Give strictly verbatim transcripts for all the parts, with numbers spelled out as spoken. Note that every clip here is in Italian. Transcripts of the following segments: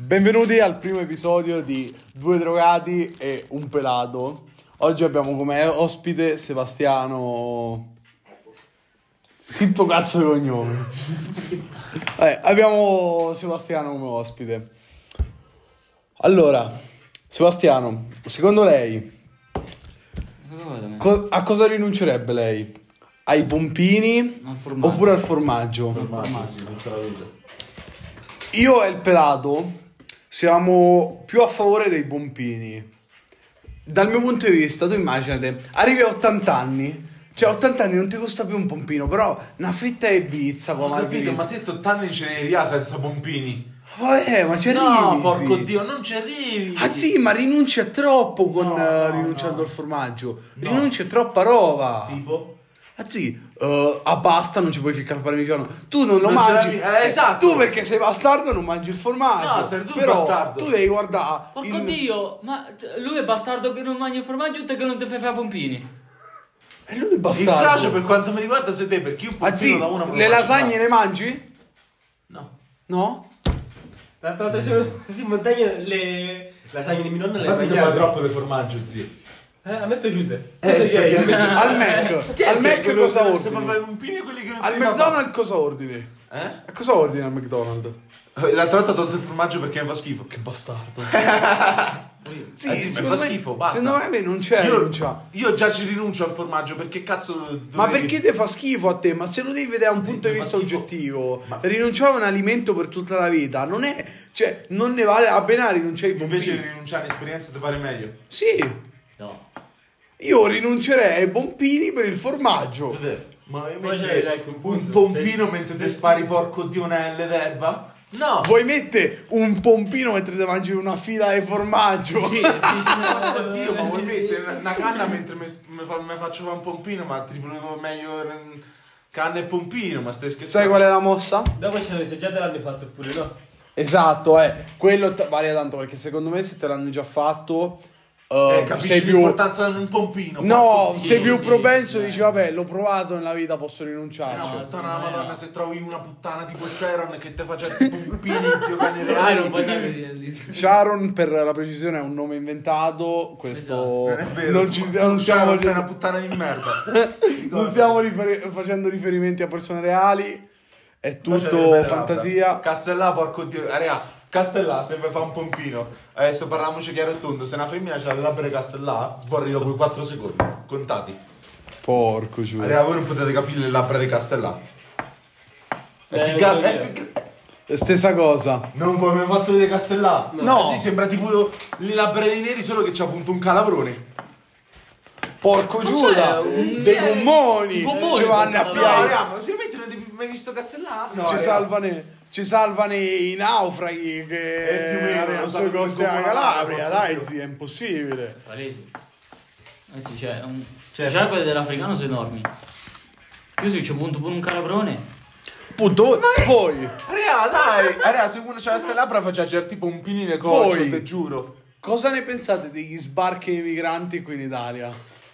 Benvenuti al primo episodio di Due drogati e un pelato. Oggi abbiamo come ospite Sebastiano. Tutto cazzo di cognome. eh, abbiamo Sebastiano come ospite. Allora, Sebastiano, secondo lei co- a cosa rinuncerebbe lei? Ai pompini Al oppure al formaggio? Al formaggio, tutta la vita. Io e il pelato siamo più a favore dei pompini. Dal mio punto di vista, tu immaginate, arrivi a ottanta anni, cioè ottanta anni non ti costa più un pompino, però una fetta e pizza con Ho capito, margherita. ma te ottanta anni in ceneria senza pompini. Vabbè, ma ci arrivi. No, porco zii. Dio, non ci arrivi. Ah sì, ma rinunci a troppo con No, eh, no, rinunciando no. al formaggio. No. Rinunci a troppa roba. Tipo? Ah sì, eh, a pasta non ci puoi ficcare il parmigiano. Tu non lo Non ce mangi. l'hai- eh, esatto. Tu perché sei bastardo non mangi il formaggio. No, sei tu Però bastardo. tu devi guardare. Porco il- Dio, ma t- lui è bastardo che non mangia il formaggio e te che non ti fai fare pompini. E lui è Il bastardo. fragio per quanto mi riguarda sei te, perché io un Ah pompino sì, da una me lo le faccio lasagne fare. le mangi? No. No? L'altra volta se- si in montagna le lasagne di mia nonna le Infatti mangiavo. sembra troppo di formaggio, zio. Eh, a me è piaciute. Eh, Cosa perché che invece- Al Mac, Che al è Mac quello cosa che se fa ordini? fare i pompini e quelli che non Al si fa McDonald's cosa ordini? fare? A cosa ordini al McDonald's? Eh? L'altra volta ho tolto il formaggio perché mi fa schifo. Che bastardo. Sì, eh sì, mi secondo fa me- schifo, basta. Secondo me non c'è Io, rinuncia. io già ci rinuncio al formaggio perché cazzo Ma dovevi- perché ti fa schifo a te? Ma se lo devi vedere da un Sì, punto di mi fa vista schifo. oggettivo, Ma- rinunciare a un alimento per tutta la vita non è, cioè, non ne vale a benare rinunciare ai pompini. Invece di rinunciare all'esperienza ti pare meglio? Sì, No. io rinuncerei ai pompini per il formaggio. Ma io Poi mettere c'è anche un un punto. pompino Se- mentre se- ti spari porco Dio un'elle d'erba? No! Vuoi mettere un pompino mentre ti mangi una fila di formaggio? Sì, sì, sì, Porco Dio, ma vuoi mettere una canna mentre mi, mi fa- mi faccio fare un pompino? Ma ti provo meglio eh, canna e pompino, ma stai scherzando? Sai qual è la mossa? Dopo ce l'avete già te l'hanno fatto pure, no? Esatto, eh. Quello t- varia tanto perché secondo me se te l'hanno già fatto uh, Eh, capisci sei più l'importanza di un pompino? No, porco Dio. sei più sì, propenso sì, dici eh. vabbè, l'ho provato nella vita, posso rinunciarci. No, sì, puttana la no, madonna, no. se trovi una puttana tipo Sharon che ti faccia i pompini, Dio cane Ah, reale. non puoi dare Sharon, per la precisione, è un nome inventato. Questo Non è vero, non ci siamo, non stiamo, Sharon sei una puttana di merda. non stiamo riferi- facendo riferimenti a persone reali. È Faccia delle tutto belle fantasia. labbra. Castellà, porco Dio. Area, Castellà, se fa un pompino. Adesso parliamoci chiaro e tondo. Se una femmina ha le labbra di Castellà, sborri dopo quattro secondi. Contati. Porco giù. Area, voi non potete capire le labbra di Castellà. È Eh, più ga- non so è io. più- Stessa cosa. Non vuoi mai fatto vedere Castellà? No. Eh sì, sembra tipo le labbra dei neri, solo che c'ha appunto un calabrone. Porco Cos'è? giù. Un- Dei eh, gommoni. i gommoni Ci vanno a portano No, piai. Area, ma seriamente non hai mai visto Castellà? No, ci Area. salvano, ci salvano i naufraghi che Eh, più o meno, arrivano lo sulle sanno coste della come Calabria. porco Dai, Dio. sì, è impossibile. Palesi. Eh sì, c'è un... Cioè- C'è quelli dell'africano sono enormi. Io sì, c'ho punto pure un calabrone. Punto. Poi, Area, dai! Area, se uno c'ha queste labbra faccia certi pompini nei Voi. cocci, te giuro. cosa ne pensate degli sbarchi di migranti qui in Italia?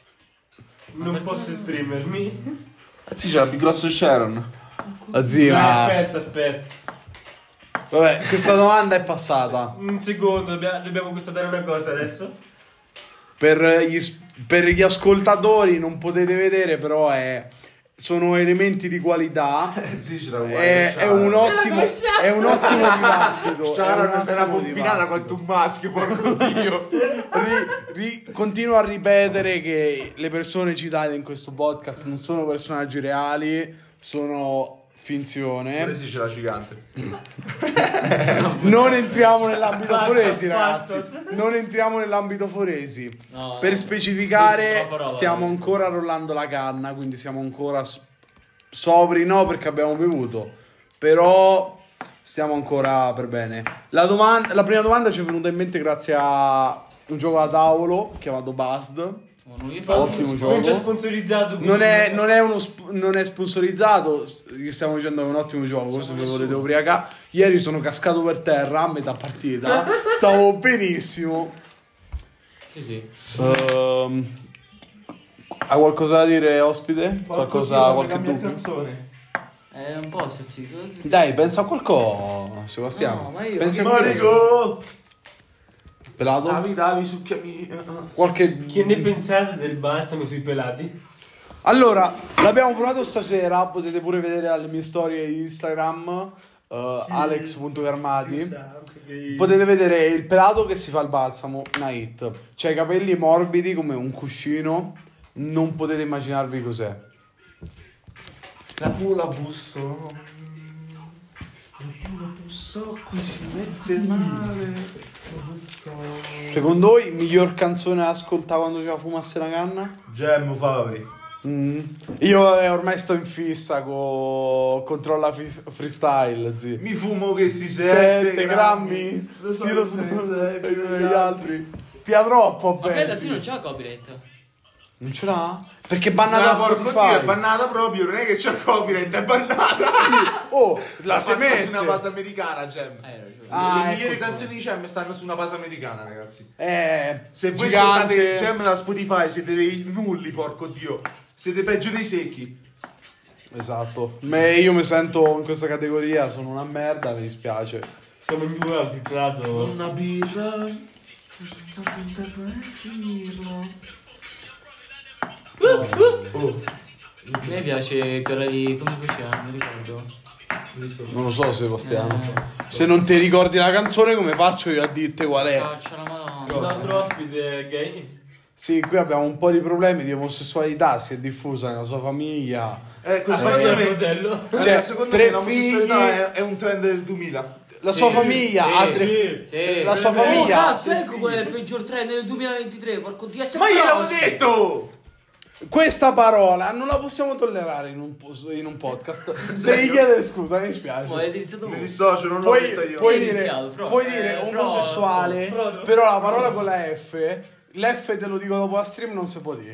Non posso esprimermi. Sì, c'è la più grossa Sharon. Ah, sì, Dai, ma... aspetta, aspetta. Vabbè, questa domanda è passata. Un secondo, dobbiamo, dobbiamo constatare una cosa adesso. Per gli, s- per gli ascoltatori non potete vedere, però è, sono elementi di qualità. Sì, ce la È, è un ottimo, è un ottimo dibattito. è un Sharon sei una ottimo pompinata dibattito. quanto un maschio, porco Dio. Ri- ri- continuo a ripetere che le persone citate in questo podcast non sono personaggi reali, sono finzione. Adesso c'è la gigante. Non entriamo nell'ambito Basta, foresi, basta. ragazzi. Non entriamo nell'ambito foresi. No, Per no. specificare, Troppa roba, stiamo ragazzi. ancora rollando la canna, quindi siamo ancora s- sobri, no, perché abbiamo bevuto. Però stiamo ancora per bene. La, domanda, la prima domanda ci è venuta in mente grazie a un gioco da tavolo chiamato Buzzed. Non gli fa Ottimo un- gioco. Non c'è sponsorizzato. quindi- Non è, non è uno sp- non è sponsorizzato, s- gli stiamo dicendo che è un ottimo gioco, questo se volete ubriacare. Ieri sono cascato per terra a metà partita, stavo benissimo. Sì, sì. Ehm, ha qualcosa da dire, ospite? Qualcosa, qualche dubbio? canzone. È un po' stuzzico. Dai, pensa a qualcosa, Sebastiano. No, ma io- Pensi a qualcosa. Marico! Pelato? Davi, davi, succhiami. Qualche... Che ne pensate del balsamo sui pelati? Allora, l'abbiamo provato stasera, potete pure vedere alle mie storie Instagram, uh, alex punto garmati. Potete vedere il pelato che si fa il balsamo, una hit. C'ha i capelli morbidi come un cuscino, non potete immaginarvi cos'è. La pula busso. La pula busso, qui si mette male. Non so. Secondo voi, miglior canzone da ascoltare quando ci fumasse la canna? Gem favori. Mm. Io eh, ormai sto in fissa con Controlla fi- Freestyle, zi. Mi fumo questi sette sette grammi. Lo so, Sì, lo che so. se ne sai più E degli gli altri. Pia troppo, Ma quella pensi. sì non c'ha copyright. Non ce l'ha? Perché è bannata No, da porco Dio, Spotify. è bannata proprio, non è che c'è copyright, è bannata. Oh, la Ha si fatto su una mette. base americana, Gem. Hai ragione. Ah, Le ecco migliori qua. canzoni di Gem stanno su una base americana, ragazzi. Eh, Se voi gigante. ascoltate Gem da Spotify siete dei nulli, porco Dio. Siete peggio dei secchi. Esatto. Me, io mi sento in questa categoria, sono una merda, mi dispiace. Siamo in due al piccato. Una birra. Tanto in tempo è finito. Oh. A me piace quella di... come faceva? Non ricordo. Non lo so, Sebastiano. Eh, Se non ti ricordi la canzone, come faccio io a dirti qual è? Faccia la madonna. Il nostro ospite è gay. Sì, qui abbiamo un po' di problemi di omosessualità, si è diffusa nella sua famiglia. Ecco, Ah, secondo il me, fratello. Cioè, eh, secondo tre me l'omosessualità figli- è, è un trend del duemila. La sua Sì, famiglia sì, ha tre sì, figli. Sì. La sua Oh, famiglia. cazzo, ecco qual è il peggior trend del duemilaventitré, porco Dio. Ma io l'avevo detto! Questa parola non la possiamo tollerare in un, po- in un podcast. Devi chiedere scusa, mi dispiace. Ma hai iniziato Mi voi. dissocio, non l'ho Puoi, detta io. puoi Chi ha dire, iniziato, Fro? puoi Eh, dire Fro, omosessuale, Fro. però la parola con la F, l'F te lo dico dopo la stream, non si può dire.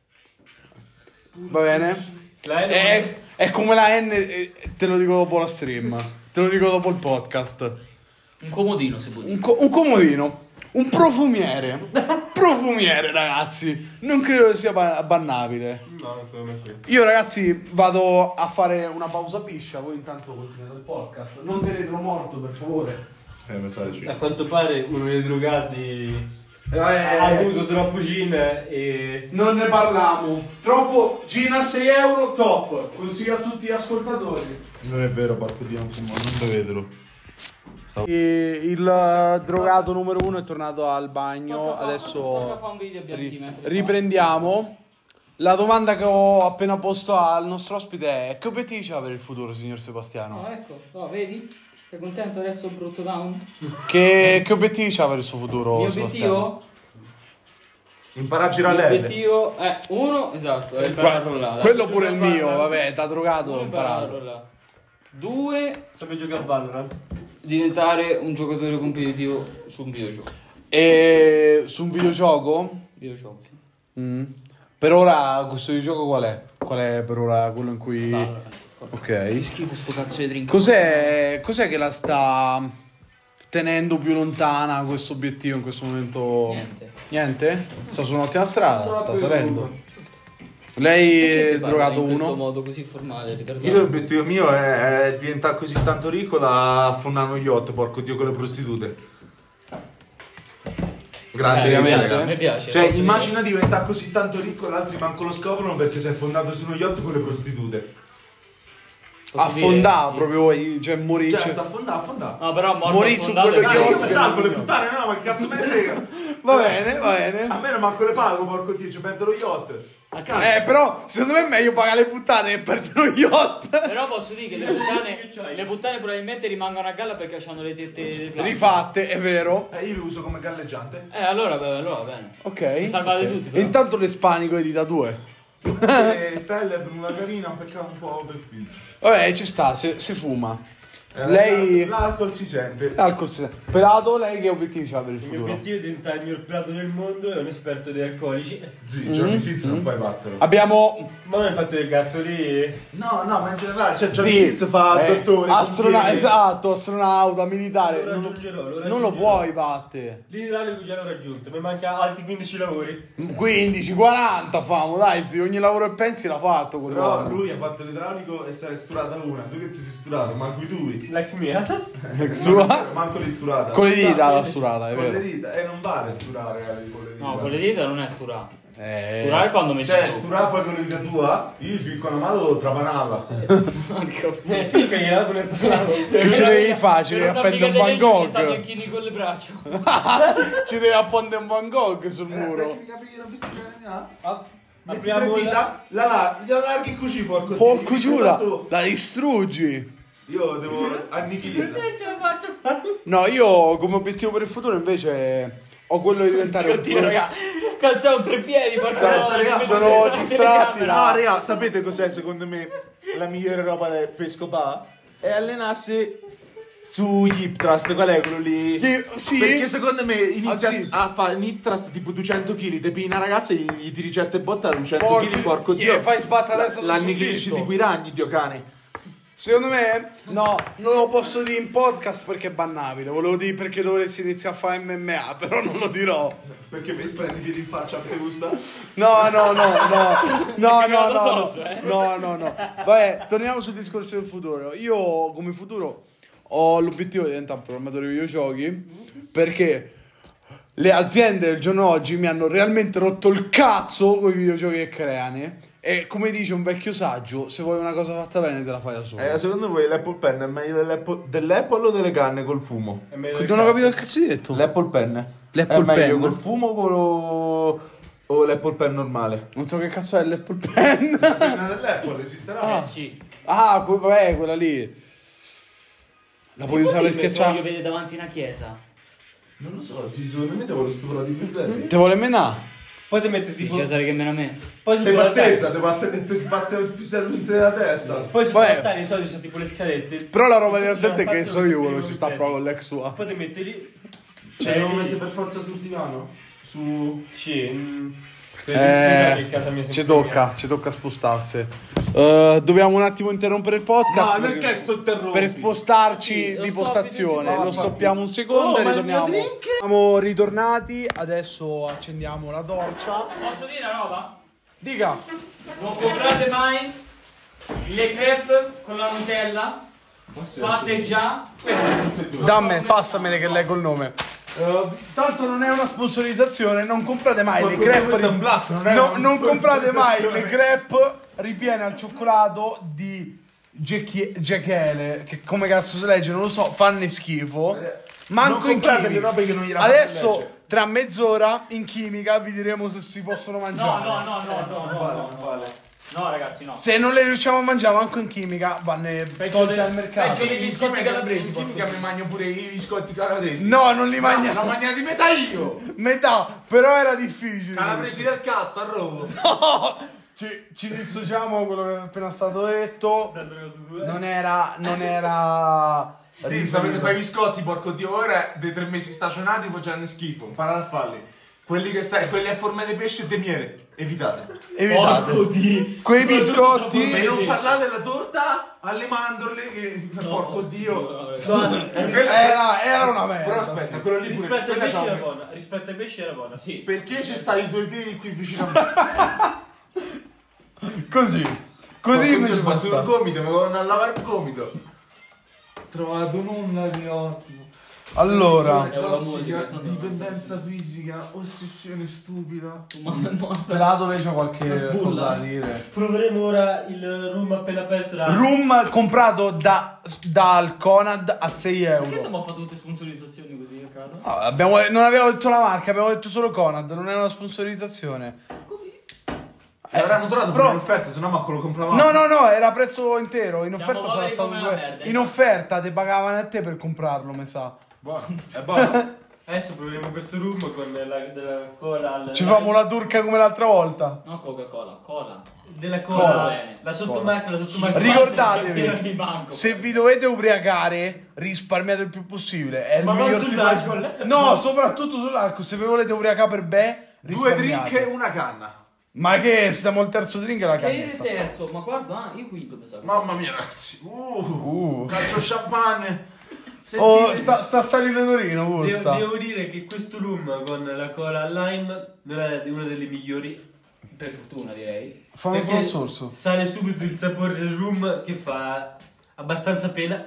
Va bene? La N- È, è come la N, eh, te lo dico dopo la stream. Te lo dico dopo il podcast. Un comodino, se può dire. Un, co- un comodino. Un profumiere. Profumiere, ragazzi. Non credo che sia ba- bannabile. No, come qui. Io, ragazzi, vado a fare una pausa piscia. Voi intanto continuate il podcast. Non tenetelo morto, per favore. Eh, messaggio. A quanto pare uno dei drogati Eh, ha avuto troppo gin e... Non ne parliamo. Troppo. Gina sei euro, top. Consiglio a tutti gli ascoltatori. Non è vero, porco Dio, non fumo, non bevedelo. E il uh, drogato numero uno è tornato al bagno. Tocca fa- Adesso tocca fa un video bianchi ri- mentre fa. riprendiamo. La domanda che ho appena posto al nostro ospite è: che obiettivi ha per il futuro, signor Sebastiano? No, ecco, oh, vedi? Sei contento adesso, brutto down? Che, che obiettivi ha per il suo futuro, Il mio Sebastiano? obiettivo? Impara a girare l'L. L'obiettivo è uno, esatto, è Qua- imparare a rollare. quello pure è il mio, vabbè, da drogato Uno, ho imparare a imparato. rollare. Due, Sapevi giocare a Valorant? diventare un giocatore competitivo su un videogioco. E su un videogioco? Videogioco, sì. Mm. Per ora questo videogioco qual è? Qual è per ora quello in cui... Valorant. Che Ok. schifo sto cazzo di drink. Cos'è, cos'è che la sta tenendo più lontana questo obiettivo in questo momento? Niente. Niente? Sta su un'ottima strada, sta Troppo salendo. lungo. Lei Perché è ti parli drogato in questo uno. modo così formale, ritardato? Io l'obiettivo mio è, è diventare così tanto ricco da affondare uno yacht, porco Dio, con le prostitute. Grazie, Seriamente? raga. A me piace. Cioè, posso immagina diventare così tanto ricco e gli altri manco lo scoprono perché si è fondato su uno yacht con le prostitute. Posso Affondà dire? proprio, cioè morì. Cioè, cioè- affondà, affondà. No, però morto Morì su affondato quello è Ah, yacht. io meglio. mi salvo le puttane, no, ma che cazzo me ne frega? Va bene, va bene. A me non manco le pago, porco Dio, ci perdo lo yacht. Ah, sì. Eh, però secondo me è meglio pagare le puttane e perdere lo yacht. Però posso dire che le puttane, le puttane probabilmente rimangono a galla perché hanno le tette del plasma. Rifatte, è vero. E io lo uso come galleggiante. Eh, allora, beh, allora va bene. Ok. Si salvate ok. tutti, però. Intanto l'Espanico è di da due. E Stella è venuta carina, un peccato un po' per film. Vabbè, ci sta, se, se fuma. Lei... L'alcol si sente. L'alcol si sente. Pelato, lei che obiettivi c'ha per il Il mio futuro? obiettivo è diventare il miglior pelato del mondo e un esperto di alcolici. Sì, Mm. Johnny Sins non puoi batterlo. Abbiamo... Ma non hai fatto del cazzo lì. No, no, ma in generale, cioè Johnny Sì, Sins fa eh, dottore. astrona- pompiere. esatto, astronauta, militare. Lo Non lo, raggiungerò, lo non lo raggiungerò. puoi battere. L'idraulico già l'ho raggiunto, mi manca altri quindici lavori. quindici, quaranta famo, dai, zio, ogni lavoro che pensi l'ha fatto quello. Però lui ha fatto l'idraulico e si è sturata una. Tu che ti sei sturato? Manco i tubi. L'ex mia. Sua... Manco li sturata. Con le dita No, l'ha sturata, è con vero. le dita. E non vale sturare eh, con le dita. No, con le dita non è sturare. Eh... Sturare è quando metti Cioè, tu. sturare poi con le dita tua, io ficco una mano lo trapanalla. Eh, figa, gli dato nel pelato. Che ci devi fare? Ci devi appendere un Van Ci sta Gogh. inchini con le braccia. Ci devi appendere un Van Gogh sul muro. Ah, Metti apriamo tre la... dita, la lar- gliela larghi così, porco Porco Dio. Giuda, Questo- la distruggi. Io devo annichilirla. Non ce la faccio. No, io come obiettivo per il futuro invece ho quello di diventare un Oddio, raga. Calziamo un tre piedi. Sta- Adesso, raga, sono distratti, No, là. raga, sapete cos'è secondo me la migliore roba de- per scopare? È allenarsi sugli hip thrust, qual è quello lì? Chi- sì. Perché secondo me inizia Ah, sì. a fare un hip thrust tipo duecento chili, te pigli una ragazza e gli, gli tiri certe botte a duecento Porco- chili, porco gli Dio. fai sbattere adesso sul L'annichilisci soffitto. di quei ragni, Dio cane. Secondo me, no, non lo posso dire in podcast perché è bannabile. Volevo dire perché dovresti iniziare a fare M M A, però non lo dirò. Perché mi prendi i piedi in faccia, ti gusta? No, no, no, no, no, no, no, no, addosso, eh. no, no, no. Vabbè, torniamo sul discorso del futuro. Io come futuro ho l'obiettivo di diventare un programmatore di videogiochi perché le aziende del giorno d'oggi mi hanno realmente rotto il cazzo con i videogiochi che creano. E come dice un vecchio saggio, se vuoi una cosa fatta bene te la fai da solo. Eh, secondo voi l'Apple Pen è meglio dell'Apple, dell'Apple o delle canne col fumo? È meglio del Non ho cazzo. capito che cazzo hai detto. L'Apple Pen. L'Apple è meglio Pen? col fumo o, con- o l'Apple Pen normale? Non so che cazzo è l'Apple Pen. La penna dell'Apple esisterà? Ah. Eh sì. Ah, que- vabbè, quella lì. La puoi usare per Voglio schiacciare. vedere davanti una chiesa. Non lo so, sì, secondo me te volevo stuprare di più presto. Te vuole menare? Poi ti metti tipo... Il Cesare che me la mette. Poi si Te può battezza, te batte- te sbatte il pisello in te la testa. Poi si può Vabbè. saltare, di solito c'è tipo le scalette. Però la roba Poi si divertente è fa che il so io fazzo quello che ci sta così, proprio con l'ex sua. Poi ti metti lì. Cioè, e devo lì- mettere per forza sul divano? Su... Sì. mm, per spiegare che Eh, casa mia è ci sempre tocca, ci tocca spostarsi. Eh, dobbiamo un attimo interrompere il podcast No, perché sto interrompi? per spostarci Sì, lo di stoppi postazione. tutti Lo quanti. stoppiamo un secondo Oh, e ma il ritorniamo. mio drink? Siamo ritornati, adesso accendiamo la torcia. Posso dire una roba? Dica. Non comprate mai le crepe con la Nutella fatte già. Queste. Dammi, passamele che leggo il nome. Eh, tanto non è una sponsorizzazione, non comprate mai le crepe. Questo è un blast, non è No, una non comprate mai le sponsorizzazione. crepe ripiene al cioccolato di Jackie- Jackie, che come cazzo si legge non lo so, fanno schifo. Manco Non in comprate chimica. le robe che non gliela fanno Adesso leggere. tra mezz'ora in chimica vi diremo se si possono No, mangiare. no, no, no, no, no, vale, no, non vale. no, ragazzi, no. Se non le riusciamo a mangiare manco in chimica vanno Peggio tolte del- al mercato. peggio degli biscotti calabresi. In chimica mi mangio pure i biscotti calabresi. No, non li Ma mangiamo. l'ho mangiati metà io. Metà, però era difficile. Calabresi del cazzo, a rovo. No! Ci, ci dissociamo da quello che è appena stato detto. Non era. Non era. Sì, sapete fare i biscotti, porco dio, ora dei tre mesi stagionati facciano schifo, imparate a farli. Quelli che stai, quelli a forma di pesce e di miele, evitate. Evitate. Porco di. Quei Soprattutto biscotti. tra E non forme di parlate della torta alle mandorle, che porco dio. Era, era una merda. Però aspetta, sì. quello lì pure Rispetto ai quella pesci c'ha era un- buona. Rispetto ai pesci era buona. Sì. Perché ci stai i tuoi piedi qui vicino a me? Così. Così Porco mi Dio, ci ho fatto basta. il gomito, mi devono a lavare il gomito. Ho trovato nulla di ottimo. Allora, È una Tossica, musica, tanto non dipendenza fisica, ossessione stupida. Pelato lei c'ha qualche Una sbulla. cosa da dire. Proveremo ora il room appena aperto da... Room comprato da, dal Conad a sei Perché euro. stiamo a fare tutte sponsorizzazioni così a caso? Ah, abbiamo, non abbiamo detto la marca, abbiamo detto solo Conad, non è una sponsorizzazione. E avranno trovato però- pure un'offerta, se no ma lo compravamo. No, no, no, era prezzo intero. In offerta Siamo sarà poveri stato come due. la merda, In esatto. offerta te pagavano a te per comprarlo, mi sa. Buono, è buono. Adesso proveremo questo room con la, della cola al... Ci famo la turca come l'altra volta. No, Coca-Cola, cola. della cola, Cola. la sottomarca, la sottomarca. Ricordatevi, Centesimi manco. se vi dovete ubriacare, risparmiate il più possibile. È il Ma non miglior tipo di- sull'alcol. No, soprattutto sull'alcol. Se vi volete ubriacare per bene, Due risparmiate. drink e una canna. Ma che stiamo al terzo drink e la Che è il cannetta. terzo? Ma guarda, ah, io quinto pensavo. Mamma mia, ragazzi. Uh, Uh. cazzo champagne. Oh, Sentite- sta, sta a salire Torino, Devo, gusta. devo dire che questo rum con la cola al lime non è una delle migliori. Per fortuna direi. Fammi un po' Perché il sorso. sale subito il sapore del rum che fa abbastanza pena.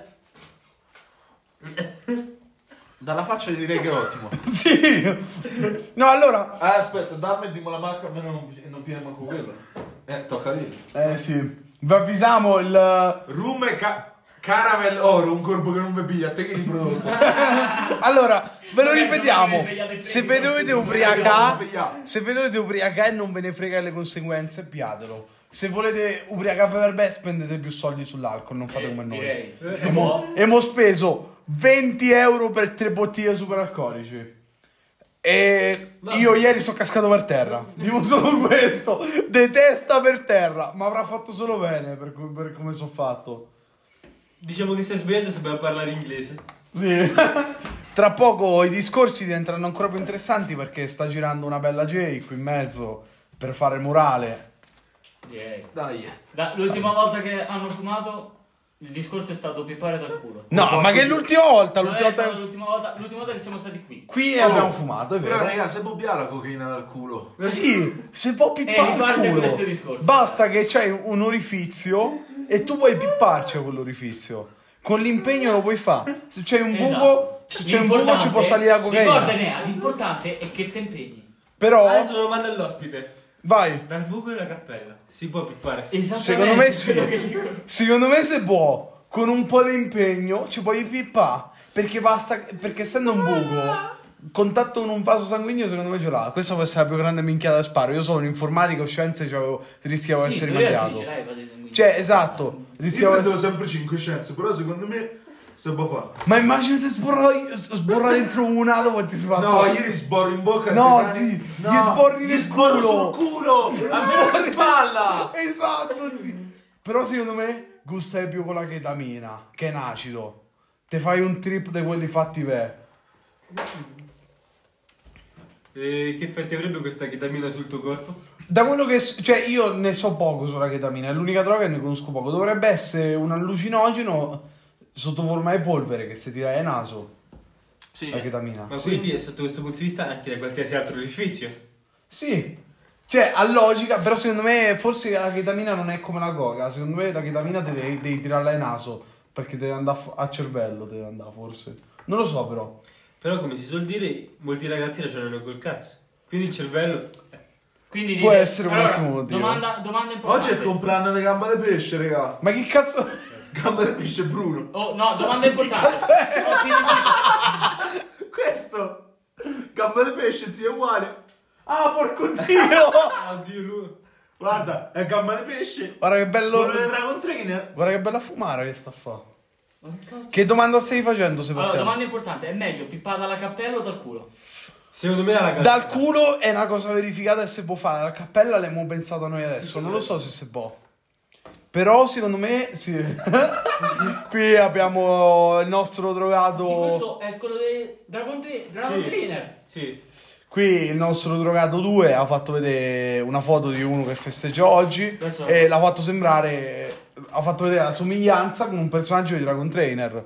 Dalla faccia direi che è ottimo. Sì. No, allora. Ah, aspetta, dammi e dimmo la marca, almeno non, non piena manco quello. Eh, tocca a dire. Eh sì. Vi avvisiamo il. Rum e ca- Caramel Oro, un corpo che non mi piglia. A te che di prodotto? Allora, ve lo Magari ripetiamo. non vi svegliate Se freddi, vi dovete non vi svegliate ubriacare, svegliare. se vi dovete ubriacare e non ve ne frega le conseguenze, piatelo. Se volete ubriacare per bene, spendete più soldi sull'alcol, non fate Eh, come noi. direi. Emo, emo speso venti euro per tre bottiglie superalcolici. E Ma- io ieri sono cascato per terra. Dico solo questo. De testa per terra. Ma avrà fatto solo bene per, co- per come sono fatto. Diciamo che sei sbagliato, sapeva parlare inglese. Sì. Tra poco i discorsi diventeranno ancora più interessanti perché sta girando una bella J qui in mezzo per fare murale. Direi. Dai. Da- l'ultima volta che hanno fumato, il discorso è stato pippare dal culo. No, ma che è l'ultima volta. Non è L'ultima stata volta. l'ultima volta, l'ultima volta che siamo stati qui. Qui Oh, abbiamo fumato, è Però vero. raga, se bobbiare la cocaina dal culo. Sì, se può Eh, pippare riparte il questo culo. discorso. Basta che c'hai un orifizio e tu puoi pipparci a quell'orifizio. Con l'impegno lo puoi fare. Se c'hai un buco, Esatto. se c'è un buco ci L'importante- può salire la cocaina. Ricorda, Nea, l'importante è che ti impegni. Però, Adesso lo manda all'ospite. vai. Dal buco della cappella. Si può pippare. Esattamente. Secondo me sì. quello che dico. Secondo me se può, con un po' di impegno, ci puoi pippare. Perché basta, perché essendo un buco, contatto con un vaso sanguigno secondo me ce l'ha. Questa può essere la più grande minchiata da sparo. Io sono in informatica o scienze, cioè, rischiavo di Sì, essere in teoria mangiato. sì, ce l'hai, vado di sanguigno. Cioè, esatto. Io Rischiavo di prendevo essere... sempre cinque scienze, però secondo me se può fare. Ma immaginate sborra, sborra dentro una dopo ti si fa. No, io li sborro in bocca. No, dei cani. sì, gli sborri gli nel sborro culo. sul culo. La mia spalla. Esatto, sì. Però secondo me gusta di più con la ketamina, che è un acido. Te fai un trip di quelli fatti per. E che effetti avrebbe questa ketamina sul tuo corpo? Da quello che... Cioè, io ne so poco sulla ketamina, è l'unica droga che ne conosco poco. Dovrebbe essere un allucinogeno sotto forma di polvere che si tira nel naso, Sì. la ketamina. Ma Sì. quindi sotto questo punto di vista anche da qualsiasi altro orifizio. Sì. Cioè, a logica, però secondo me forse la ketamina non è come la coca. Secondo me la ketamina te devi, devi tirarla nel naso, perché deve andare a cervello, deve andare forse. Non lo so però. Però come si suol dire, molti ragazzi la c'hanno col cazzo. Quindi il cervello... Quindi Può dite- essere un allora, ottimo motivo. Domanda, domanda importante. Oggi è il compleanno di gamba di pesce, raga. Ma che cazzo... Gamba di pesce Bruno. Oh, no, domanda importante. Oh, quindi- Questo. Gamba di pesce, sì, è uguale. Ah, porco dio! Oddio, lui... Guarda, è gamba di pesce. Guarda che bello... Quello del Dragon Trainer. Guarda che bella fumare che sta a fa. Ma che cazzo? Che domanda stai facendo, Allora, Sebastiano? domanda importante, è meglio pippare dalla cappella o dal culo? Secondo me dalla Dal culo è una cosa verificata e si può fare. La cappella l'abbiamo pensato noi adesso. Non lo so se si può. Però secondo me sì. Qui abbiamo il nostro drogato. Sì, questo è quello dei Dragon, Tri- Dragon Sì. Cleaner. Sì. Qui il nostro drogato due ha fatto vedere una foto di uno che festeggia oggi. Questo- E l'ha fatto sembrare. Ha fatto vedere la somiglianza con un personaggio di Dragon Trainer.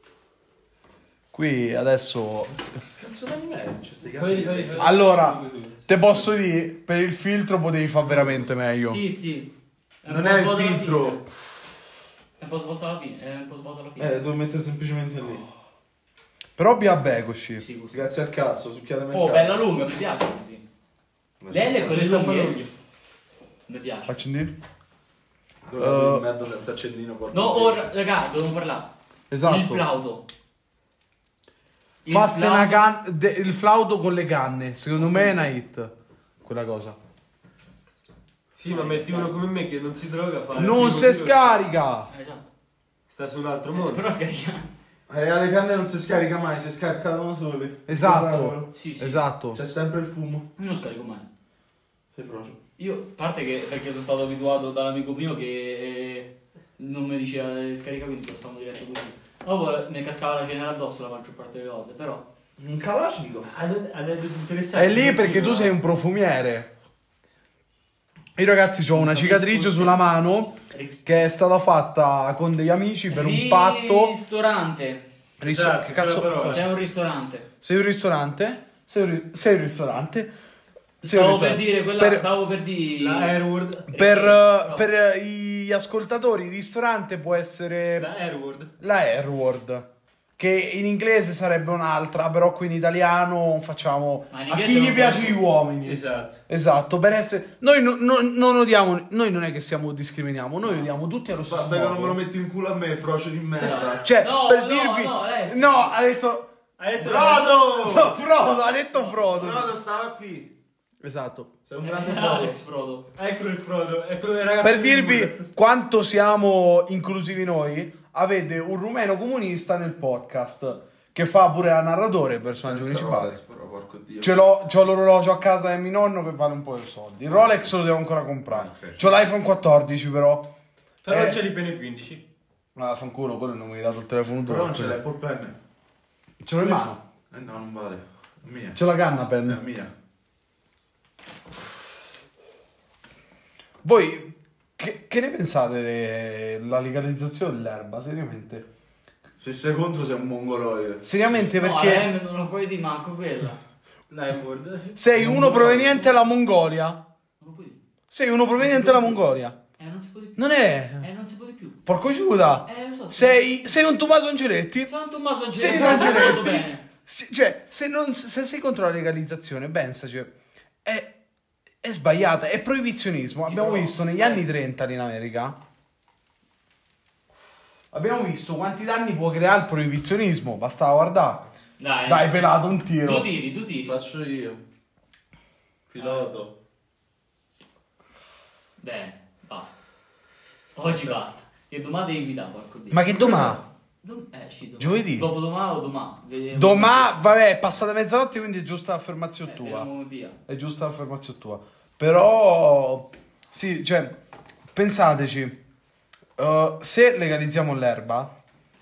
Qui adesso. Cazzo d'anime è? C'è stai Fai- cazzo. fai- fai- Allora, fai- te posso dire, per il filtro potevi fare veramente meglio. Sì, sì. È un Non po' è il svuotato alla filtro. fine. È un po' svoltato alla fine. È un po' svuotato alla fine. Eh, devo mettere semplicemente lì. Però Biabecoci. Sì, gusto. Grazie al cazzo, succhiatemi il Oh, cazzo. bella lunga, mi piace così. Lei è quelle lunghe. Mi piace. Accendi? Drogato Uh, di merda senza accendino. porco No, Dio. ora, raga, dobbiamo parlare. Esatto. Il flauto. Il Farsi flauto- una can- de- il flauto con le canne. Secondo me è una hit. Quella cosa. Sì, ma metti uno come me che non si droga, fa... Non il si primo tiro, scarica. Eh, esatto. Sta su un altro Eh, mondo. però scarichiamo. Eh, alle canne non si scarica mai, si scaricano soli. Esatto. Guardalo. Sì, sì. Esatto. C'è sempre il fumo. Io non scarico mai. Sei frocio. Io, a parte che perché sono stato abituato dall'amico mio che eh, non mi diceva di scaricare, quindi lo stavamo diretto così. Dopo mi cascava la cenere addosso la maggior parte delle volte, però... Un Kalashnikov. Aneddoti interessanti. È lì perché tu sei un profumiere. Io ragazzi ho una cicatrice sulla mano che è stata fatta con degli amici per un patto. Ristorante. Risto- Esatto, che cazzo? però- cosa? C'è un ristorante. Sei un ristorante? Sei un, ri- sei un ristorante? Sei Stavo un per ristorante. dire quella, Per- stavo per dire... La Airword. Per, Però- per gli ascoltatori, il ristorante può essere La Airword. la Airword, che in inglese sarebbe un'altra, però qui in italiano facciamo Ma in a inglese chi gli non piace piace- gli uomini. Esatto. Esatto, per essere noi no- no- non odiamo, noi non è che siamo discriminiamo, noi odiamo tutti allo stesso Basta che non modo. me lo metti in culo a me, frocio di merda. Cioè, No, per no, dirvi no, lei- no, ha detto Hai detto Frodo! no, Frodo, ha detto Frodo. Frodo stava qui. Esatto. Sei un grande Eh, Frodo. Alex Frodo. Eccolo il Frodo. Eccolo il ragazzo Per di Bullet. dirvi quanto siamo inclusivi noi, avete un rumeno comunista nel podcast che fa pure la narratore, il personaggio principale. Rolex, però, porco Dio. Ce l'ho, c'ho l'orologio a casa del mio nonno che vale un po' di soldi. Il Rolex lo devo ancora comprare. Ok. C'ho l'iPhone quattordici però. Però Eh. non c'è l'iPhone quindici. Ah, fanculo, quello non mi hai dato il telefono tu. Però non ce l'hai, Apple Pen. Ce l'ho in mano. Eh no, non vale. È mia. C'ho la canna È pen. mia. Voi che, che ne pensate della legalizzazione dell'erba? Seriamente? Se sei contro sei un mongoloide. Seriamente No, perché la M non lo puoi dire manco quella. L'iPhone. sei uno proveniente dalla Mongolia. Non lo puoi dire. Sei uno proveniente dalla Mongolia. Eh, non si può di più. Non è. Eh, non si può di più. Porco Giuda. Eh, lo so. Sei, sei un Tommaso Angeletti. San Tommaso Sei un Angeletti. Molto Angeletti. bene. Sì, cioè, se, non, se sei contro la legalizzazione, pensaci, è, è sbagliata, è proibizionismo. Abbiamo però- visto negli anni trenta lì in America. Abbiamo visto quanti danni può creare il proibizionismo. Bastava guardare. Dai, Dai, pelato, un tiro. Tu tiri, tu tiri. Faccio io. Pilota. Bene, basta. Oggi basta. E domani devi guidare, porco Dio. Ma che domani? Dom- eh, sì, domani. Giovedì? Dopo domani o domani. Vediamo. Domani, vabbè, è passata mezzanotte, quindi è giusta l'affermazione Eh, tua. vediamo via. È giusta l'affermazione tua. Però, sì, cioè, pensateci. Uh, se legalizziamo l'erba,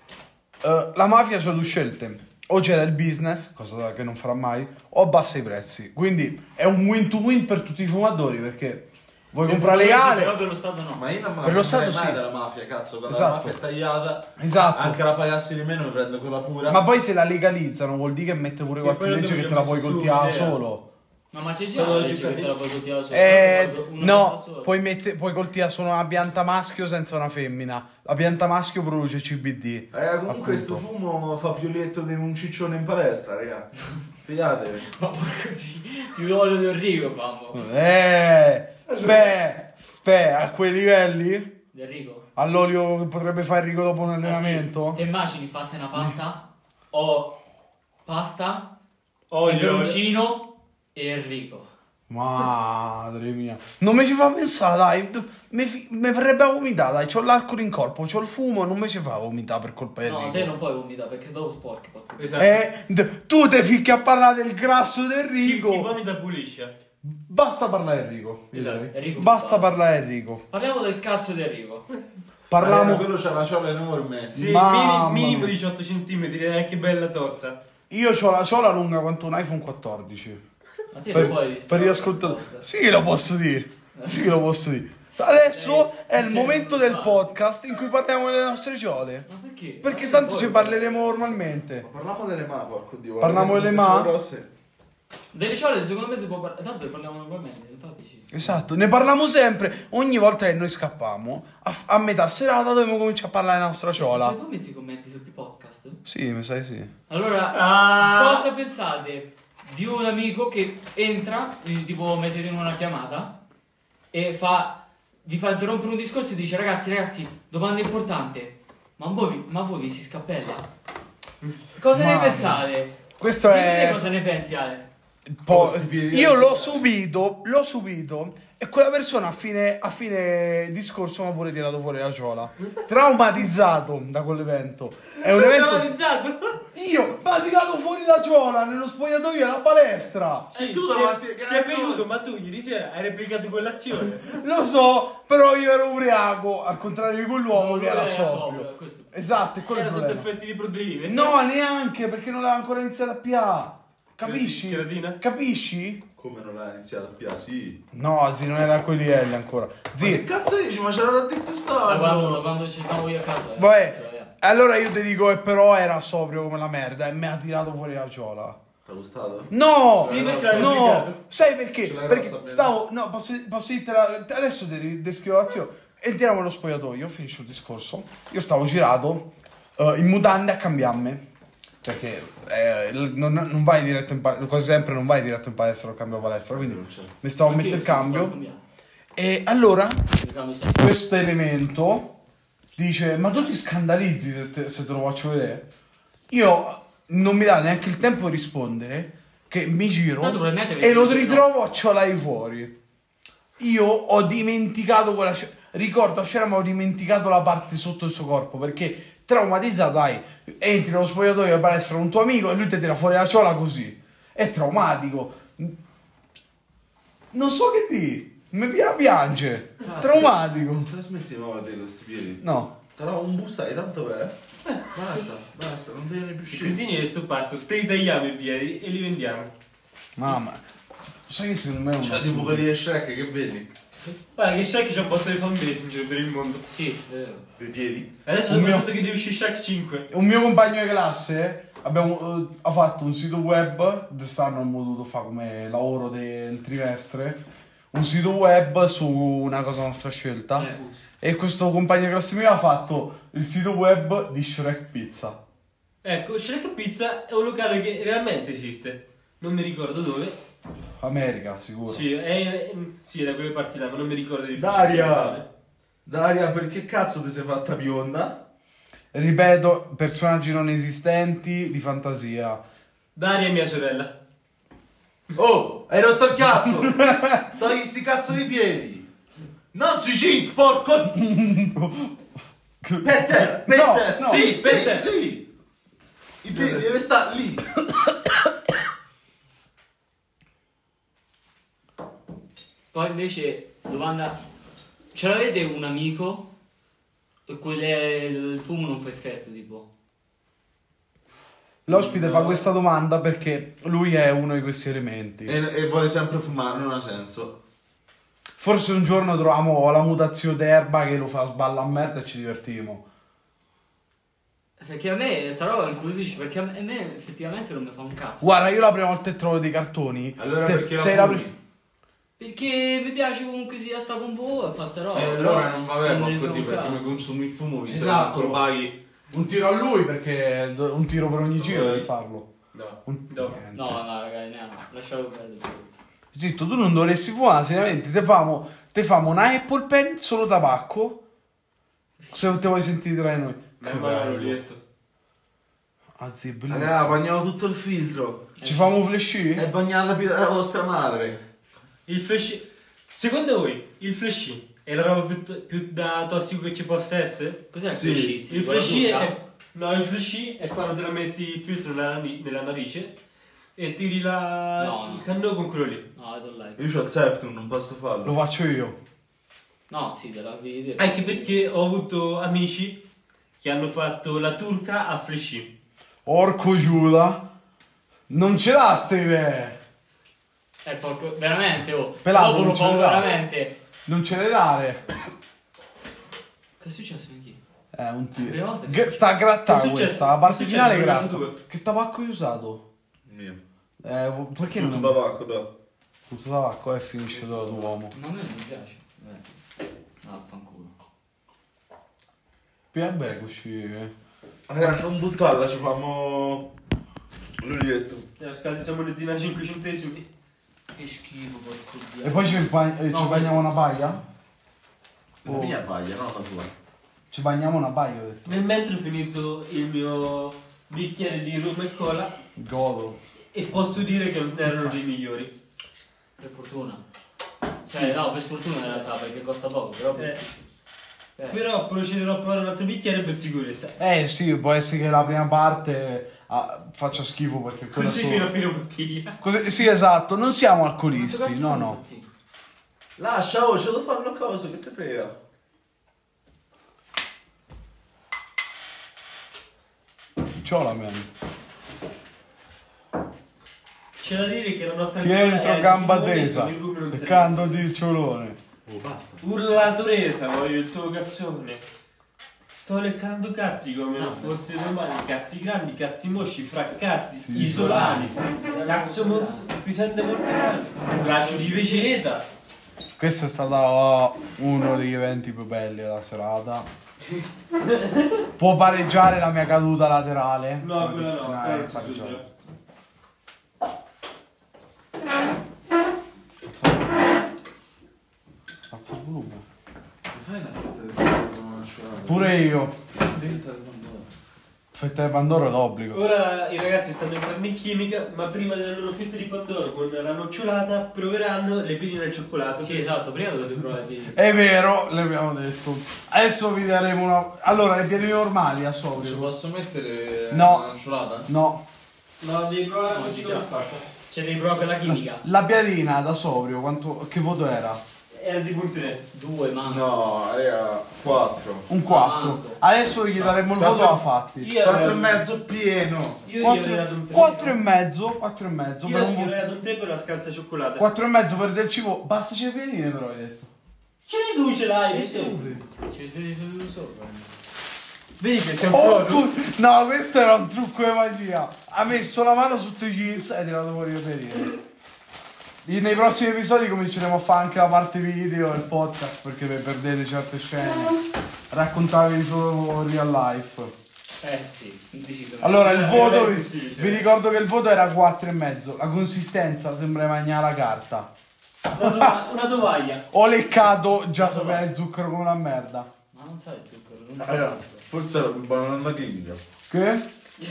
uh, la mafia c'ha due scelte: o c'era il business, cosa che non farà mai, o abbassa i prezzi. Quindi è un win to win per tutti i fumatori, perché vuoi comprare Però legale. per lo Stato no. Ma io non me Per la lo Stato comprerei mai sì. della mafia, cazzo. Quando Esatto. la mafia è tagliata, Esatto. anche la pagassi di meno mi prendo quella pura. Ma poi se la legalizzano vuol dire che mette pure Che qualche poi legge abbiamo che te la già puoi messo su coltivare un'idea. solo. No, ma c'è già Quello la di legge che Casino. te la puoi coltivare solo. Eh, Una pianta no, sola. puoi, mette, puoi coltivare solo una pianta maschio senza una femmina. La pianta maschio produce C B D. Eh, comunque Appunto. questo fumo fa più letto di un ciccione in palestra, raga. Fidatevi. Ma porco Dio, più olio di Enrico, famo. Eh, spe, spe, a quei livelli? Di Enrico. All'olio che potrebbe fare Enrico dopo un allenamento? Anzi, te immagini fatte una pasta? O pasta, Olio. peperoncino e Enrico. Madre mia. Non mi ci fa pensare, dai. Mi, fi- mi verrebbe a vomitare, dai. C'ho l'alcol in corpo, c'ho il fumo, non mi ci fa vomitare per colpa di No, Enrico. te non puoi vomitare perché dopo sporchi. porco Dio. Esatto. Eh, d- tu te ficchi a parlare del grasso di Chi, chi Enrico. vomita pulisce. Basta parlare di Enrico. Esatto, direi. Enrico Basta parla. parlare di Enrico. Parliamo del cazzo di Enrico. Parliamo. Raga, quello c'ha una ciola enorme. Sì, Mamma mini- minimo mia. diciotto centimetri, neanche bella tozza. Io ho la ciola lunga quanto un iPhone quattordici. Ma te Per, non puoi per gli ascoltatori. Sì che lo posso dire. Sì che lo posso dire. Adesso Eh, è il sì, momento sì, del va. podcast in cui parliamo delle nostre ciole. Ma perché? Perché Ma tanto poi- ci parleremo normalmente. Ma parliamo delle ma, porco Dio. Parliamo guarda delle quante ma? sono grosse. Delle ciole secondo me si può parlare. Tanto ne parliamo normalmente, infatti sì. Esatto, ne parliamo sempre. Ogni volta che noi scappiamo, a, a metà serata dobbiamo cominciare a parlare della nostra Se ciola. poi metti i commenti sotto i podcast. Sì, mi sai sì. Allora, Ah. cosa pensate di un amico che entra, quindi tipo mettete in una chiamata e fa, vi fa interrompere un discorso e dice ragazzi, ragazzi, domanda importante, ma voi, ma voi vi si scappella? Cosa Mamma. ne pensate? Questo Dimmi te è cosa ne pensi, Ale? Poi, sti piedi io al- l'ho subito, l'ho subito e quella persona a fine, a fine discorso mi ha pure tirato fuori la ciola. Traumatizzato da quell'evento. È un Tu evento... traumatizzato? Io mi ha tirato fuori la ciola nello spogliatoio alla palestra. Sì, Eh, tu ti, davanti- ti che è ne- piaciuto, ma tu ieri sera hai replicato quell'azione. Lo so, però io ero ubriaco, al contrario di quell'uomo No, che era lui era sobrio. sobrio, questo. Esatto, è quello il Era sotto problema. effetti di proteine. No, neanche, perché non l'aveva ancora iniziato a pià. Capisci? Tiradina? Capisci? Come non l'ha iniziato a piacere? Sì. No, zi, non era a quei livelli ancora. Ma che Zi, cazzo dici? Ma ce l'ho detto Da quando, da sta. quando ci siamo io a casa. eh. vabbè, Cioè, eh. allora io ti dico, e però era sobrio come la merda e mi ha tirato fuori la ciola. T'ha gustato? No! Sì, perché l'hai No! replicato. Sai perché? Ce l'hai Perché rossa, stavo... No, posso, posso dirti la- adesso ti descrivo l'azione. Entriamo nello spogliatoio, finisce il discorso. Io stavo girato eh, in mutande a cambiarmi. Perché eh, il- non, non vai diretto in palestra, quasi sempre non vai diretto in palestra o cambio palestra, quindi Non c'è. mi stavo a Anche io mettere il sono stato cambio. cambiato. E allora Il cambio sta- questo elemento dice: ma tu ti scandalizzi se te, se te lo faccio vedere? Io non mi dà neanche il tempo di rispondere, che mi giro Tanto probabilmente e lo avessi detto ritrovo a ciolai fuori. Io ho dimenticato quella scena, ricordo a scena ma ho dimenticato la parte sotto il suo corpo, perché traumatizzato, dai, entri nello spogliatoio per essere un tuo amico e lui ti tira fuori la ciola così. È traumatico. Non so che dire, mi pi- piange. Traumatico. Trasmetti nuova te con questi piedi. No. Però un bustai, tanto è. Basta, basta, non devi più Se uscire. continui a sto passo, te li tagliamo i piedi e li vendiamo. Mamma. Sai che secondo me è C'è tipo un quelli di Shrek che vedi? Guarda che Shaq c'ha un posto di fanbase in giro per il mondo. Sì, vero. Dei piedi? Adesso Un mio- soprattutto che deve uscire Shaq cinque. un mio compagno di classe abbiamo, eh, ha fatto un sito web, quest'anno abbiamo dovuto fare come lavoro del trimestre, un sito web su una cosa nostra scelta. Eh, E questo compagno di classe mio ha fatto il sito web di Shrek Pizza. Ecco, Shrek Pizza è un locale che realmente esiste. Non mi ricordo dove. America, sicuro. Sì, è, è- sì, da quelle parti là, ma non mi ricordo di Daria! Daria, perché cazzo ti sei fatta bionda? Ripeto, personaggi non esistenti di fantasia. Daria è mia sorella. Oh, hai rotto il cazzo! Togli sti cazzo di piedi! Non sui jeans, porco! Per te, per No, te! no, sì, per sì, te. sì! I piedi deve stare lì! Poi invece, domanda, ce l'avete un amico e quelle, il fumo non fa effetto, tipo? L'ospite fa questa domanda perché lui è uno di questi elementi. E, e vuole sempre fumare, non ha senso. Forse un giorno troviamo la mutazione d'erba che lo fa sballa a merda e ci divertimo. Perché a me sta roba incuriosisce, perché a me, a me effettivamente non mi fa un cazzo. Guarda, io la prima volta che trovo dei cartoni. Allora te- perché sei la la fumi? pri- Perché mi piace comunque sia sta con voi e fa sta roba. E però allora non va bene, non porco mi fa di un perché cazzo. mi consumi il fumo, visto Esatto. che ormai... Un tiro a lui perché do- un tiro per ogni giro Vai. devi farlo. No. Un- No. niente. No, no, ragazzi, no, no, lascialo perdere. Zitto, tu non dovresti fumare, seriamente. Te famo, te famo una Apple Pen solo tabacco. Se te vuoi sentire tra di noi. Ma Che è male bello. l'olietto. Ah, zì, bellissimo. Raga, bagniamo tutto il filtro. Ci famo un flashy? È bagnata più della vostra madre. Il flash. Secondo voi il flash è la roba più, più da tossico che ci possa essere? Cos'è il Sì. flashy? Il Quella flash turca? è. No, il flash è quando te la metti il filtro nella, nari- nella narice e tiri la, No, no. il cannone con quello lì. No, I don't like. Io c'ho il septum, non posso farlo. Lo faccio io. No, sì, te la devi dire. Anche perché ho avuto amici che hanno fatto la turca a flash. Orco Giuda. Non ce l'ha ste idee. Eh, porco, veramente, oh. Pelato, Dopo non lo ce ne fa dà. veramente. Non ce ne dare. Che è successo anche? Eh, un Prima tiro. volta che- Che sta a grattare Che è successo? questa. La parte Che è finale successo? gratta. Due. Che tabacco hai usato? Mio. Eh, perché non Tutto tabacco, da. tutto tabacco e finisce da uomo. Ma a me non mi piace. Eh. No, fanculo. Più beh, così. eh. Raga, non buttarla, ci famo... l'olietto. Eh, scaldi siamo monetina a cinque centesimi. Che schifo, porco E diavolo. poi ci, bagn- eh, No, ci bagniamo una baia? La mia paglia, no la tua. Ci bagniamo una baia, ho detto. Nel mentre ho finito il mio bicchiere di rum e cola. Godo. E posso dire che non erano dei migliori. Per fortuna. Cioè, no, per sfortuna in realtà, perché costa poco, però... Eh. Eh. Però procederò a provare un altro bicchiere per sicurezza. Eh sì, può essere che la prima parte ah, faccia schifo perché quella Così solo- fino a fine bottiglia. Così- sì, esatto, non siamo Quanto alcolisti, cazzo no, sono no. pezzi? Lascia, oh, ce lo fanno a cosa, che te frega? C'ho la mente. C'è da dire che la nostra Ti ancora entro è a il gamba minore tesa con il Rubio non e si canto di ciolone. Oh, basta. Urla la Teresa, voglio il tuo cazzone. Sto leccando cazzi come non fosse domani. Cazzi grandi, cazzi mosci, fraccazzi, Sì, isolani. Cazzo molto, mi sente molto male. Un braccio di Vegeta. Questo è stato oh, uno degli eventi più belli della serata. Può pareggiare la mia caduta laterale? No, quella no, Eh, quella non si pareggiare. supera. Alza il volume. Fai una fetta di pandoro. Pure io. Diventa di pandoro. Fetta di Pandoro d'obbligo. Ora i ragazzi stanno entrando in chimica, ma prima della loro fetta di pandoro con la nocciolata proveranno le pinine al cioccolato. Sì, esatto, prima dovete provare di... È vero, l'abbiamo detto. Adesso vi daremo una... Allora, le piedi normali a Ci sobrio. posso mettere No. una nocciolata? No. No, devi provare No, così sì, come già. ho fatto. C'è dei pro per la chimica. La piadina da sobrio, quanto... che voto era? Era di punti tre. Due, ma... No, raga, quattro. Un quattro. manco. Adesso gli daremo il voto Quattro- a fatti. Io quattro e avrei- mezzo pieno. Io gli avrei dato quattro, un tre. quattro e mezzo, quattro e mezzo Io per gli un avrei dato un tre per la scarsa cioccolata. quattro e mezzo per del cibo. Basta c'è le piedine però hai detto. Ce ne tu ce l'hai, Eh, vedi? Ci siete seduti sopra. Vedi che sei un Oh, pro. tu- no, questo era un trucco di magia. Ha messo la mano sotto i jeans e ha tirato fuori le piedine. E nei prossimi episodi cominceremo a fare anche la parte video e il podcast perché per perdere certe scene raccontarvi solo real life. Eh sì, decisamente. Allora il Eh, voto eh, vi, sì, cioè. vi ricordo che il voto era quattro e mezzo. La consistenza sembra mangiare la carta. Una, tova- una tovaglia. Ho leccato, già sapeva il zucchero come una merda. Ma non sai il zucchero, non c'è Raga, altro. forse era più buona una chimica. Che?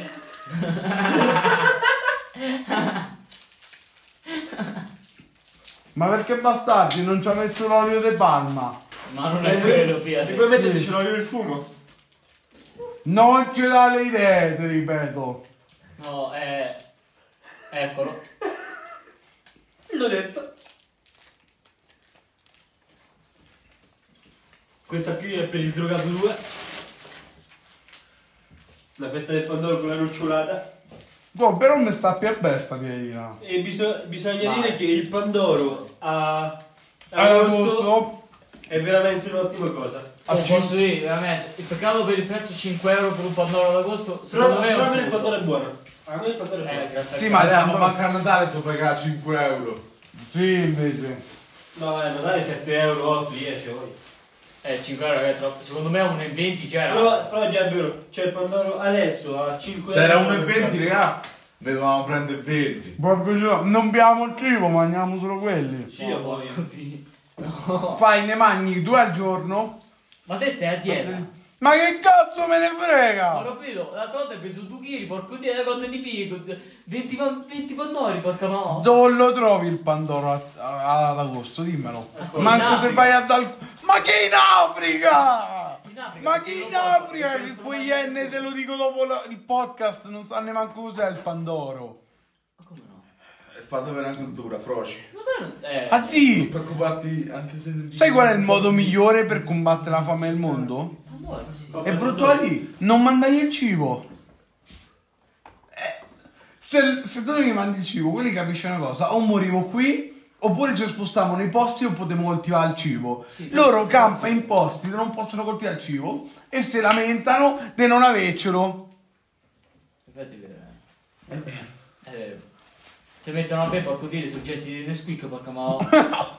Ma perché bastardi non ci ha messo l'olio di palma? Ma non è quello, fiate. E poi metterci l'olio del fumo. Non ci dà le idee, ti ripeto. No, eh... Eccolo. L'ho detto. Questa qui è per il drogato due. La fetta del pandoro con la nocciolata. No, però non mi sta più a besta piedina. E biso- bisogna Ma dire che sì. il pandoro a Allora, agosto è veramente un'ottima cosa. Oh, posso dire, veramente, il peccato per il prezzo cinque euro per un pandoro d'agosto, secondo Però, me è però un per il frutto. pandoro è buono. A me il pandoro è buono. Eh, grazie Sì, a ma Dio. il Ma pandoro- manca a Natale se pagare cinque euro. Sì, invece. No, eh, Natale sette euro, otto, dieci, poi. Eh, cinque euro è troppo. Secondo me uno e venti c'era. Però, però già è vero, c'è il pandoro adesso a cinque Se euro. era uno e venti, raga, ne dovevamo prendere venti. Porco Dio, non abbiamo il cibo, mangiamo solo quelli. Sì, io poi. No. Fai, ne mangi due al giorno. Ma te stai a dieta? Ma che cazzo me ne Ho frega? capito, l'altra volta hai preso due chili, porco dio, la conta di picco, venti, pan- venti pandori, porca mamma. Dove lo trovi il Pandoro a- a- ad agosto? Dimmelo. sì, Manco in se Africa. vai a dal... Ma che in Africa? In Africa, Ma perché che lo in portano, Africa? perché Che non sono quegli mai enne nessuno. te lo dico dopo la- il podcast, non sanno manco cos'è il Pandoro. Ma come no? E fatevene una cultura, froci. Ma te non... Eh... Ah Non sì? preoccuparti anche se... Sai qual è il modo migliore per combattere la fame nel mondo? Pandoro, sì. È brutto lì, non mandai il cibo. Eh, se, se tu mi mandi il cibo, quelli capisci una cosa, o moriamo qui, oppure ci spostiamo nei posti o potremo coltivare il cibo. Sì, Loro sì, campano sì. in posti dove non possono coltivare il cibo e si lamentano di non avercelo. Infatti è vero, eh. È vero. Se mettono a me, porco dire, i soggetti di Nesquik, porca mamma.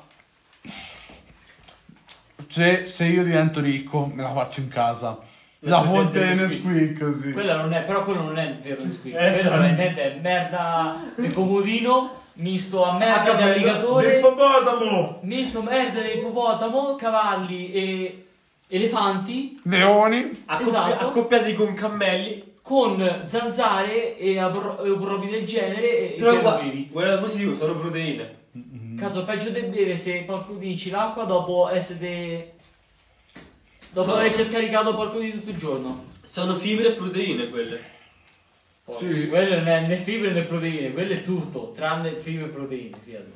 Se, se io divento ricco, me la faccio in casa. La La fonte fonte di di Nesquik, sì. Quella non è, però quello non è il vero Nesquik. Eh, quello esatto. probabilmente è merda di comodino, misto a merda di capello, Del alligatore, ippopotamo! misto merda di ippopotamo, cavalli e elefanti. Leoni. Accoppia- Esatto. Accoppiati con cammelli. con zanzare e abro- e abroghi del genere e Però e guarda, beveri. guarda positivo, sono proteine. Caso peggio del bere se qualcuno dici l'acqua dopo essere dopo Sono- averci scaricato qualcuno di tutto il giorno. Sono fibre e proteine quelle. Poi, Sì. Quello non è né fibre né proteine, quello è tutto, tranne fibre e proteine, fidati.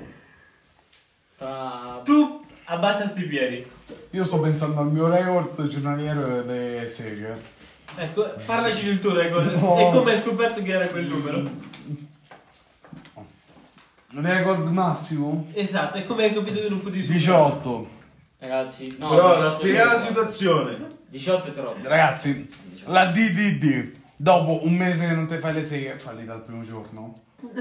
Tra... Tu abbassa sti piedi. Io sto pensando al mio record giornaliero delle seghe. Ecco, parlaci del tuo record. No. E come hai scoperto che era quel numero? Record massimo? Esatto, e come hai capito che non potevi superare? diciotto. Ragazzi, no, Però la diciotto spiega la sì, situazione. diciotto è troppo. Ragazzi, la D D D. Dopo un mese che non ti fai le seghe, falli dal primo giorno.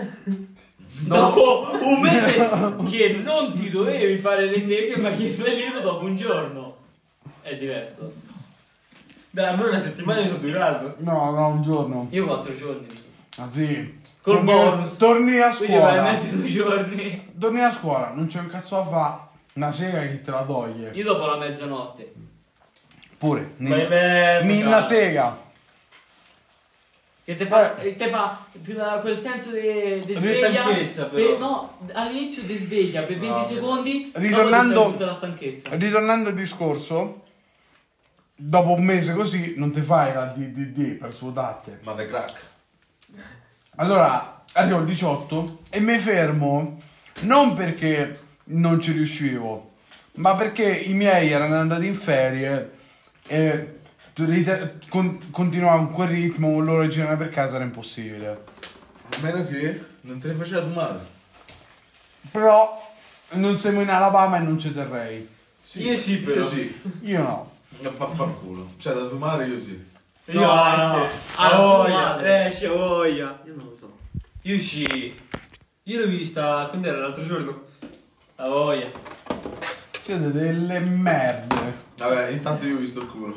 Dopo un mese che non ti dovevi fare le seghe, ma che fai finito dopo un giorno. È diverso. Dai, a me una settimana mi sono durato. No, no, un giorno. Io quattro giorni. Ah sì. Col torni, bonus. Torni a Quindi vai scuola. metti due giorni. Torni a scuola, non c'è un cazzo da fa. Una sega che te la toglie. Io dopo la mezzanotte. Pure. Vai Ni- bene. Minna sega. Che te fa, eh, te fa ti dà quel senso di Di sveglia. stanchezza, per- però. no, all'inizio ti sveglia per venti Ah, secondi. Ritornando- dopo ti tutta la stanchezza. Ritornando al discorso, dopo un mese così non ti fai la D D D per svuotarti. Ma the crack. Allora arrivo al diciotto e mi fermo non perché non ci riuscivo, ma perché i miei erano andati in ferie e rite- con- continuavo con quel ritmo, loro girare per casa era impossibile. A meno che non te ne faceva male. Però non siamo in Alabama e non ci terrei. Sì, Io sì, però. Io sì. Io no. Mi fa far culo. Cioè, da tua madre io sì. Io No, anche. no. Ah, Ah, sua voglia. madre. Eh, c'è voglia. Io non lo so. Io sì. Io l'ho vista, quando era l'altro giorno? La voglia. Siete delle merde. Vabbè, intanto io ho visto il culo.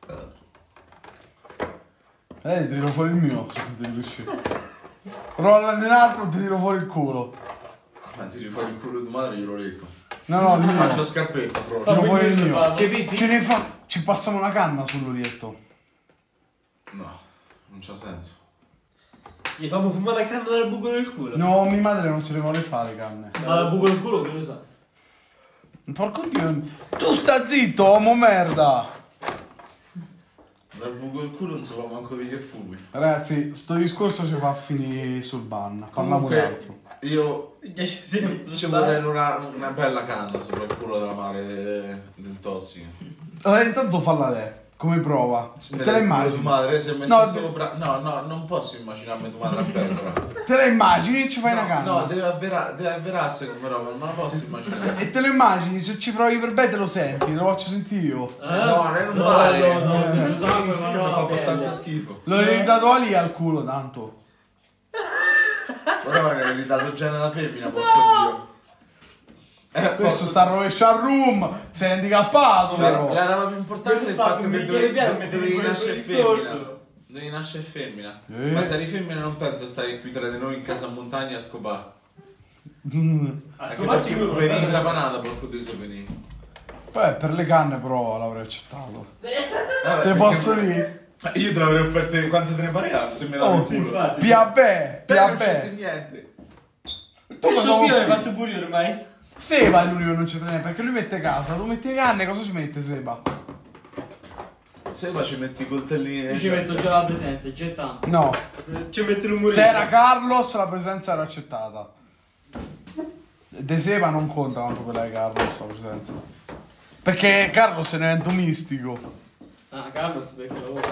Eh, ti tiro fuori il mio, se non ti riesci. Rolla un altro, ti tiro fuori il culo. Ma tiri fuori il culo di tua madre io lo lecco. No, no, il mio. Faccio scarpetta Tiro proprio. fuori il mio. Che pipì? Ci, ne fa- ci passiamo la canna sull'orietto. No, non c'ha senso. Gli fammo fumare la canna dal buco del culo. No, mia madre non ce le vuole fare le canne. Ma la buco del culo che lo sa. Porco dio. Tu sta zitto, uomo merda. Dal buco del culo non si fa manco di che fumi. Ragazzi, sto discorso ci fa finire sul ban. Parliamo Comunque, d'altro. io Dieci secondi. ci vorrei una, una bella canna sopra il culo della madre de- del tossico. Eh, intanto falla te, come prova. Te la Tua immagini? madre si è messa No, sopra. No, no, non posso immaginarmi tua madre a pentola. Te la immagini e ci fai no, una canna. no, deve avvera- deve avverarsi come roba, non me la posso immaginare. E te lo immagini, se ci provi per bene te lo senti, te lo faccio sentire io. Eh? No, lei non no, vale. no, no, Eh, questo sangue, ma Mi no, fa abbastanza bella. schifo. L'ho ereditato lì al culo, tanto. Però mi hai ereditato gene da femmina, porco dio. Eh, Questo posso- sta a rovesciare al room, sei handicappato La, però. la roba più importante è il Questo fatto fatto che mi dovevi, chiede piano, dovevi mettevi fuori nascere questo femmina. discorso. Devi nascere femmina. Eh. Ma se eri femmina non penso stai qui tra di noi in casa a montagna a scopare. Mm. Anche perché venivi trapanata, porco dio se venivi. Poi per le canne però l'avrei accettato. Vabbè, Te perché- posso dire? Io te l'avrei offerte quante te ne pareva se mi davi Oh, il culo. Infatti. Piabè, Te non c'è piabè. niente. Tu Questo cosa qui l'hai vuoi? fatto pure io ormai. Seba è l'unico che non c'è niente, perché lui mette casa, tu metti le canne, cosa ci mette Seba? Se ma ci metti i coltellini Io nel ci metto già la presenza, è già tanto. No, Ci mette l'umore. se era Carlos la presenza era accettata. De Seba non conta quanto quella di Carlos la presenza. Perché Carlos è un evento mistico. Ah, Carlos perché lavora.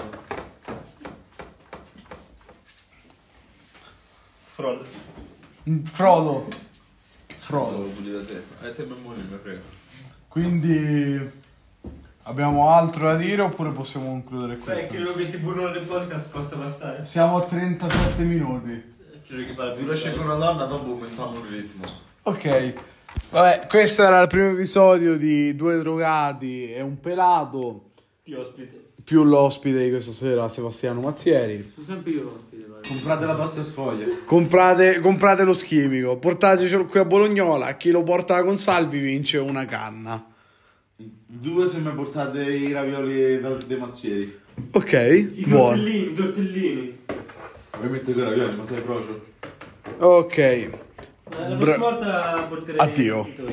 Frodo. Mm, Frodo. Frodo, Frodo. lo puli da te. E te mi muovi, mi frega. Quindi abbiamo altro da dire oppure possiamo concludere qui? Beh, credo che tipo un'ora del podcast possa passare. Siamo a trentasette minuti. Credo che parla più Più con una donna, dopo aumentiamo il ritmo. Ok. Vabbè, questo era il primo episodio di Due drogati e un pelato. più ospite. Più l'ospite di questa sera, Sebastiano Mazzieri. Sono sempre io l'ospite, pare. Comprate la pasta sfoglia. Comprate, comprate lo chimico, portatecelo qui a Bolognola. Chi lo porta con Salvi vince una canna. Due se mi portate i ravioli dei Mazzieri. Ok, I buono. tortellini, i tortellini. Vuoi mettere i ravioli, ma sei frocio? Ok. Eh, La Bra- prossima volta porterei Addio. i tori.